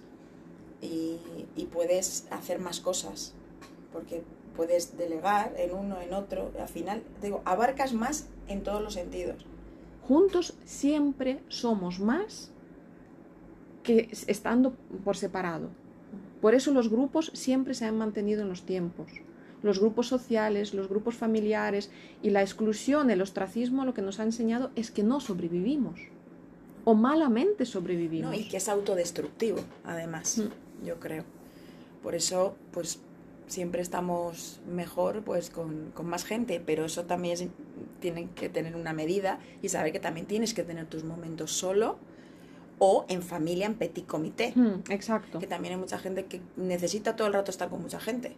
Y puedes hacer más cosas. Porque puedes delegar en uno, en otro. Al final, digo, abarcas más en todos los sentidos. Juntos siempre somos más que estando por separado. Por eso los grupos siempre se han mantenido en los tiempos. Los grupos sociales, los grupos familiares y la exclusión, el ostracismo, lo que nos ha enseñado es que no sobrevivimos. O malamente sobrevivimos. No, y que es autodestructivo, además, yo creo. Por eso, pues, siempre estamos mejor pues con más gente, pero eso también tiene que tener una medida y saber que también tienes que tener tus momentos solo o en familia, en petit comité. Exacto. Que también hay mucha gente que necesita todo el rato estar con mucha gente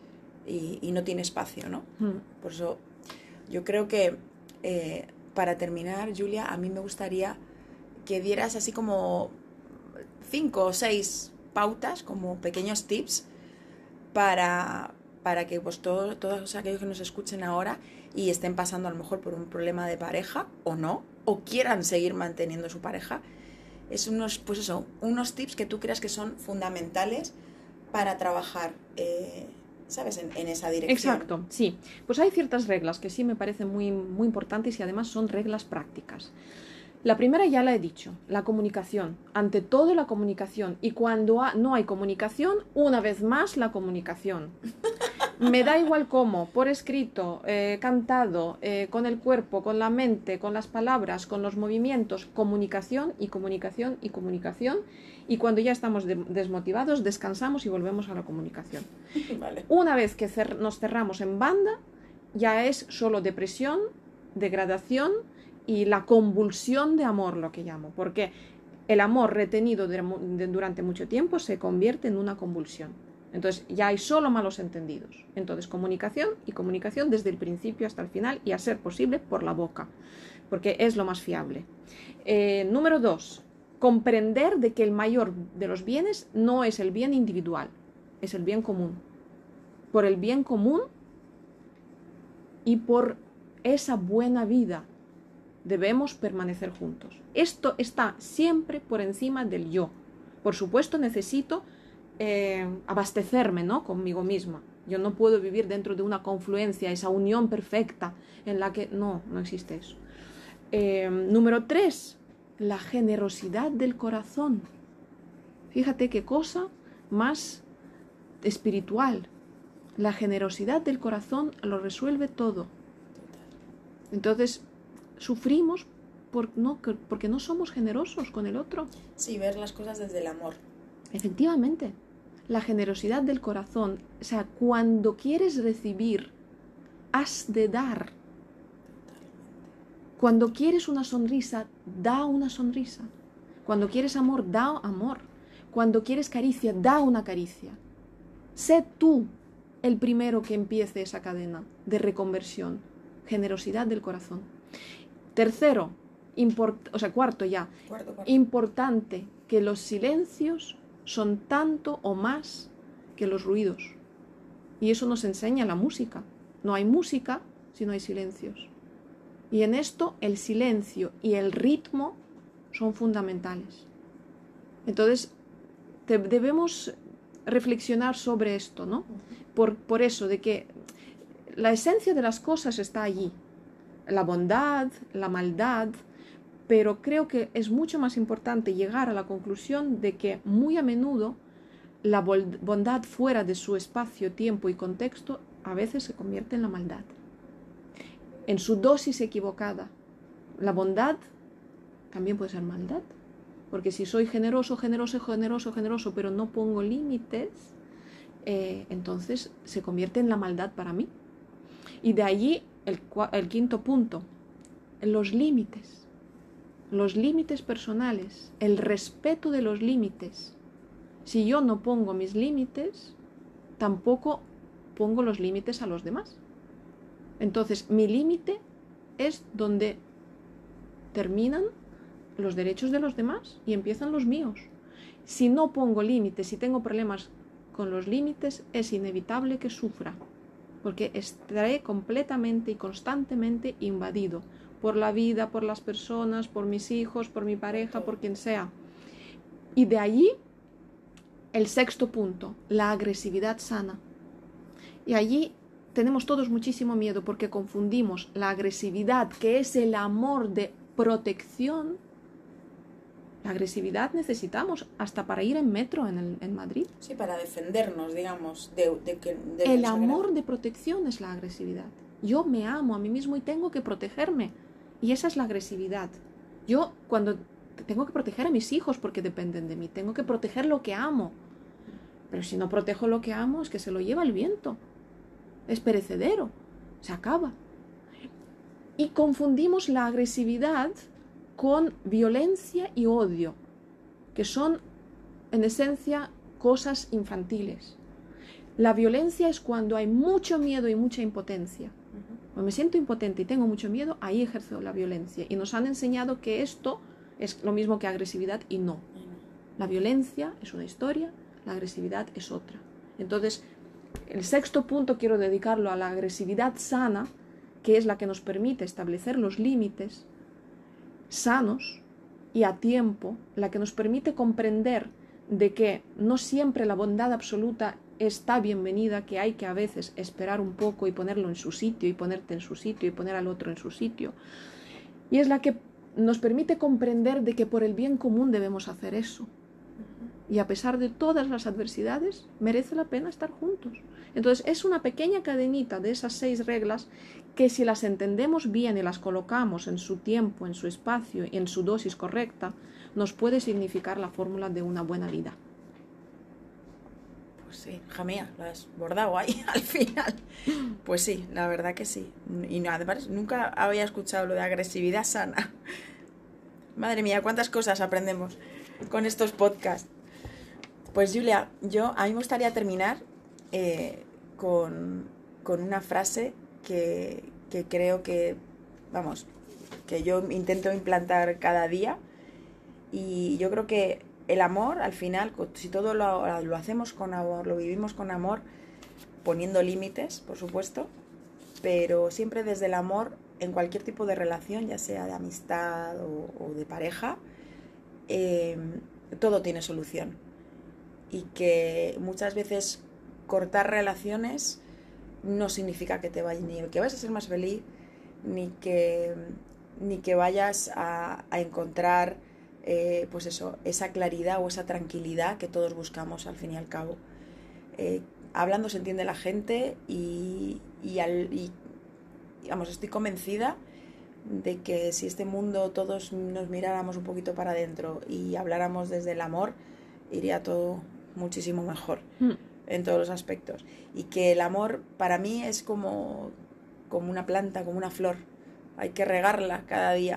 y no tiene espacio, ¿no? Por eso yo creo que para terminar, Julia, a mí me gustaría que dieras así como 5 o 6 pautas, como pequeños tips para que pues todos aquellos que nos escuchen ahora y estén pasando a lo mejor por un problema de pareja o no, o quieran seguir manteniendo su pareja, es unos tips que tú creas que son fundamentales para trabajar, ¿sabes? En esa dirección. Exacto, sí. Pues hay ciertas reglas que sí me parecen muy, muy importantes y además son reglas prácticas. La primera ya la he dicho, la comunicación. Ante todo la comunicación. Y cuando no hay comunicación, una vez más la comunicación. Me da igual cómo, por escrito, cantado, con el cuerpo, con la mente, con las palabras, con los movimientos, comunicación y comunicación y comunicación. Y cuando ya estamos desmotivados, descansamos y volvemos a la comunicación. Vale. Una vez que nos cerramos en banda, ya es solo depresión, degradación y la convulsión de amor, lo que llamo, porque el amor retenido durante mucho tiempo se convierte en una convulsión. Entonces ya hay solo malos entendidos. Entonces comunicación y comunicación desde el principio hasta el final y a ser posible por la boca, porque es lo más fiable. Número 2, comprender de que el mayor de los bienes no es el bien individual, es el bien común. Por el bien común y por esa buena vida debemos permanecer juntos. Esto está siempre por encima del yo. Por supuesto necesito abastecerme, ¿no?, conmigo misma. Yo no puedo vivir dentro de una confluencia, esa unión perfecta en la que no existe eso. Número 3, la generosidad del corazón. Fíjate qué cosa más espiritual. La generosidad del corazón lo resuelve todo. Entonces, sufrimos porque no somos generosos con el otro. Sí, ver las cosas desde el amor. Efectivamente, la generosidad del corazón, o sea, cuando quieres recibir, has de dar. Cuando quieres una sonrisa, da una sonrisa. Cuando quieres amor, da amor. Cuando quieres caricia, da una caricia. Sé tú el primero que empiece esa cadena de reconversión. Generosidad del corazón. Tercero, cuarto ya, importante que los silencios son tanto o más que los ruidos. Y eso nos enseña la música. No hay música si no hay silencios. Y en esto el silencio y el ritmo son fundamentales. Entonces, debemos reflexionar sobre esto, ¿no? Por eso, de que la esencia de las cosas está allí. La bondad, la maldad, pero creo que es mucho más importante llegar a la conclusión de que muy a menudo la bondad fuera de su espacio, tiempo y contexto a veces se convierte en la maldad. En su dosis equivocada. La bondad también puede ser maldad, porque si soy generoso, pero no pongo límites, entonces se convierte en la maldad para mí. Y de allí el quinto punto, los límites personales, el respeto de los límites. Si yo no pongo mis límites, tampoco pongo los límites a los demás. Entonces, mi límite es donde terminan los derechos de los demás y empiezan los míos. Si no pongo límites, si tengo problemas con los límites, es inevitable que sufra, porque estaré completamente y constantemente invadido por la vida, por las personas, por mis hijos, por mi pareja, por quien sea. Y de allí el sexto punto, la agresividad sana. Y allí tenemos todos muchísimo miedo porque confundimos la agresividad, que es el amor de protección, La agresividad necesitamos hasta para ir en metro en Madrid. Sí, para defendernos, digamos, de el amor de protección es la agresividad. Yo me amo a mí mismo y tengo que protegerme. Y esa es la agresividad. Yo cuando tengo que proteger a mis hijos porque dependen de mí, tengo que proteger lo que amo. Pero si no protejo lo que amo, es que se lo lleva el viento. Es perecedero. Se acaba. Y confundimos la agresividad con violencia y odio, que son en esencia cosas infantiles. La violencia es cuando hay mucho miedo y mucha impotencia. Cuando me siento impotente y tengo mucho miedo, ahí ejerzo la violencia. Y nos han enseñado que esto es lo mismo que agresividad y no. La violencia es una historia, la agresividad es otra. Entonces, el sexto punto quiero dedicarlo a la agresividad sana, que es la que nos permite establecer los límites sanos y a tiempo, la que nos permite comprender de que no siempre la bondad absoluta está bienvenida, que hay que a veces esperar un poco y ponerlo en su sitio y ponerte en su sitio y poner al otro en su sitio. Y es la que nos permite comprender de que por el bien común debemos hacer eso. Y a pesar de todas las adversidades, merece la pena estar juntos. Entonces es una pequeña cadenita de esas 6 reglas que si las entendemos bien y las colocamos en su tiempo, en su espacio y en su dosis correcta, nos puede significar la fórmula de una buena vida. Pues sí, hija mía, lo has bordado ahí al final. Pues sí, la verdad que sí. Y además nunca había escuchado lo de agresividad sana. Madre mía, cuántas cosas aprendemos con estos podcasts. Pues Julia, a mí me gustaría terminar con una frase que creo que, vamos, que yo intento implantar cada día. Y yo creo que el amor, al final, si todo lo hacemos con amor, lo vivimos con amor, poniendo límites, por supuesto, pero siempre desde el amor, en cualquier tipo de relación, ya sea de amistad o de pareja, todo tiene solución. Y que muchas veces cortar relaciones no significa que ni que vayas a ser más feliz, ni que vayas a encontrar pues eso, esa claridad o esa tranquilidad que todos buscamos al fin y al cabo. Hablando se entiende la gente y vamos, estoy convencida de que si este mundo todos nos miráramos un poquito para adentro y habláramos desde el amor, iría todo muchísimo mejor en todos los aspectos. Y que el amor para mí es como una planta, como una flor. Hay que regarla cada día.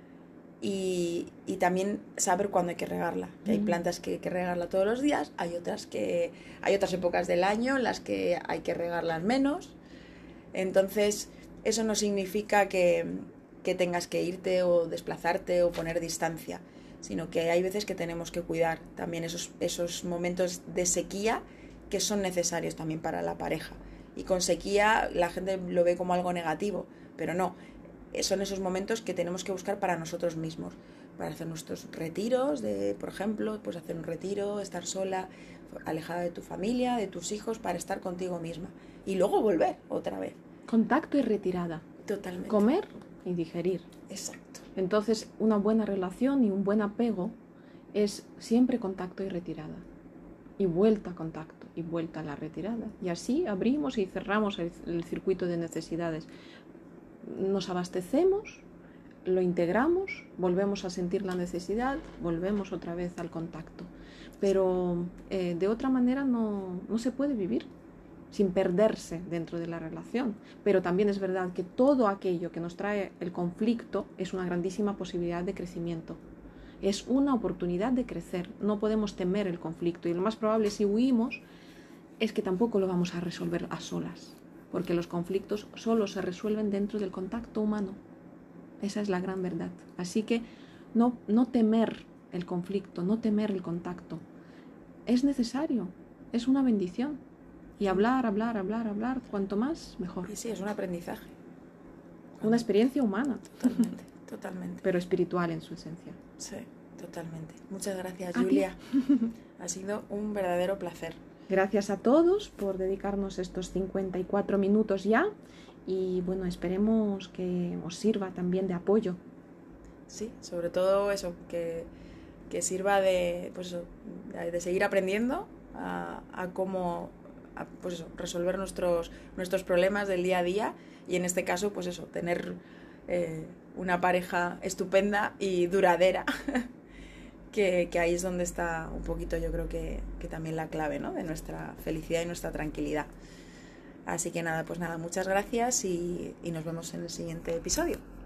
Y también saber cuándo hay que regarla. Que hay plantas que hay que regarla todos los días, hay otras épocas del año en las que hay que regarlas menos. Entonces, eso no significa que tengas que irte o desplazarte o poner distancia, sino que hay veces que tenemos que cuidar también esos momentos de sequía que son necesarios también para la pareja. Y con sequía la gente lo ve como algo negativo, pero no. Son esos momentos que tenemos que buscar para nosotros mismos, para hacer nuestros retiros, por ejemplo, pues hacer un retiro, estar sola, alejada de tu familia, de tus hijos, para estar contigo misma. Y luego volver otra vez. Contacto y retirada. Totalmente. Comer y digerir. Exacto. Entonces, una buena relación y un buen apego es siempre contacto y retirada. Y vuelta a contacto y vuelta a la retirada. Y así abrimos y cerramos el circuito de necesidades. Nos abastecemos, lo integramos, volvemos a sentir la necesidad, volvemos otra vez al contacto. Pero de otra manera no se puede vivir sin perderse dentro de la relación. Pero también es verdad que todo aquello que nos trae el conflicto es una grandísima posibilidad de crecimiento. Es una oportunidad de crecer. No podemos temer el conflicto. Y lo más probable, si huimos, es que tampoco lo vamos a resolver a solas. Porque los conflictos solo se resuelven dentro del contacto humano. Esa es la gran verdad. Así que no temer el conflicto, no temer el contacto. Es necesario, es una bendición. Y hablar, cuanto más, mejor. Y sí, es un aprendizaje. Una experiencia humana. Totalmente, totalmente. Pero espiritual en su esencia. Sí, totalmente. Muchas gracias, Julia. Ha sido un verdadero placer. Gracias a todos por dedicarnos estos 54 minutos ya y bueno, esperemos que os sirva también de apoyo. Sí, sobre todo eso, que que sirva de, pues eso, de seguir aprendiendo a cómo pues eso, resolver nuestros problemas del día a día, y en este caso pues eso, tener una pareja estupenda y duradera que ahí es donde está un poquito, yo creo que también la clave, ¿no?, de nuestra felicidad y nuestra tranquilidad. Así que nada, pues nada, muchas gracias y nos vemos en el siguiente episodio.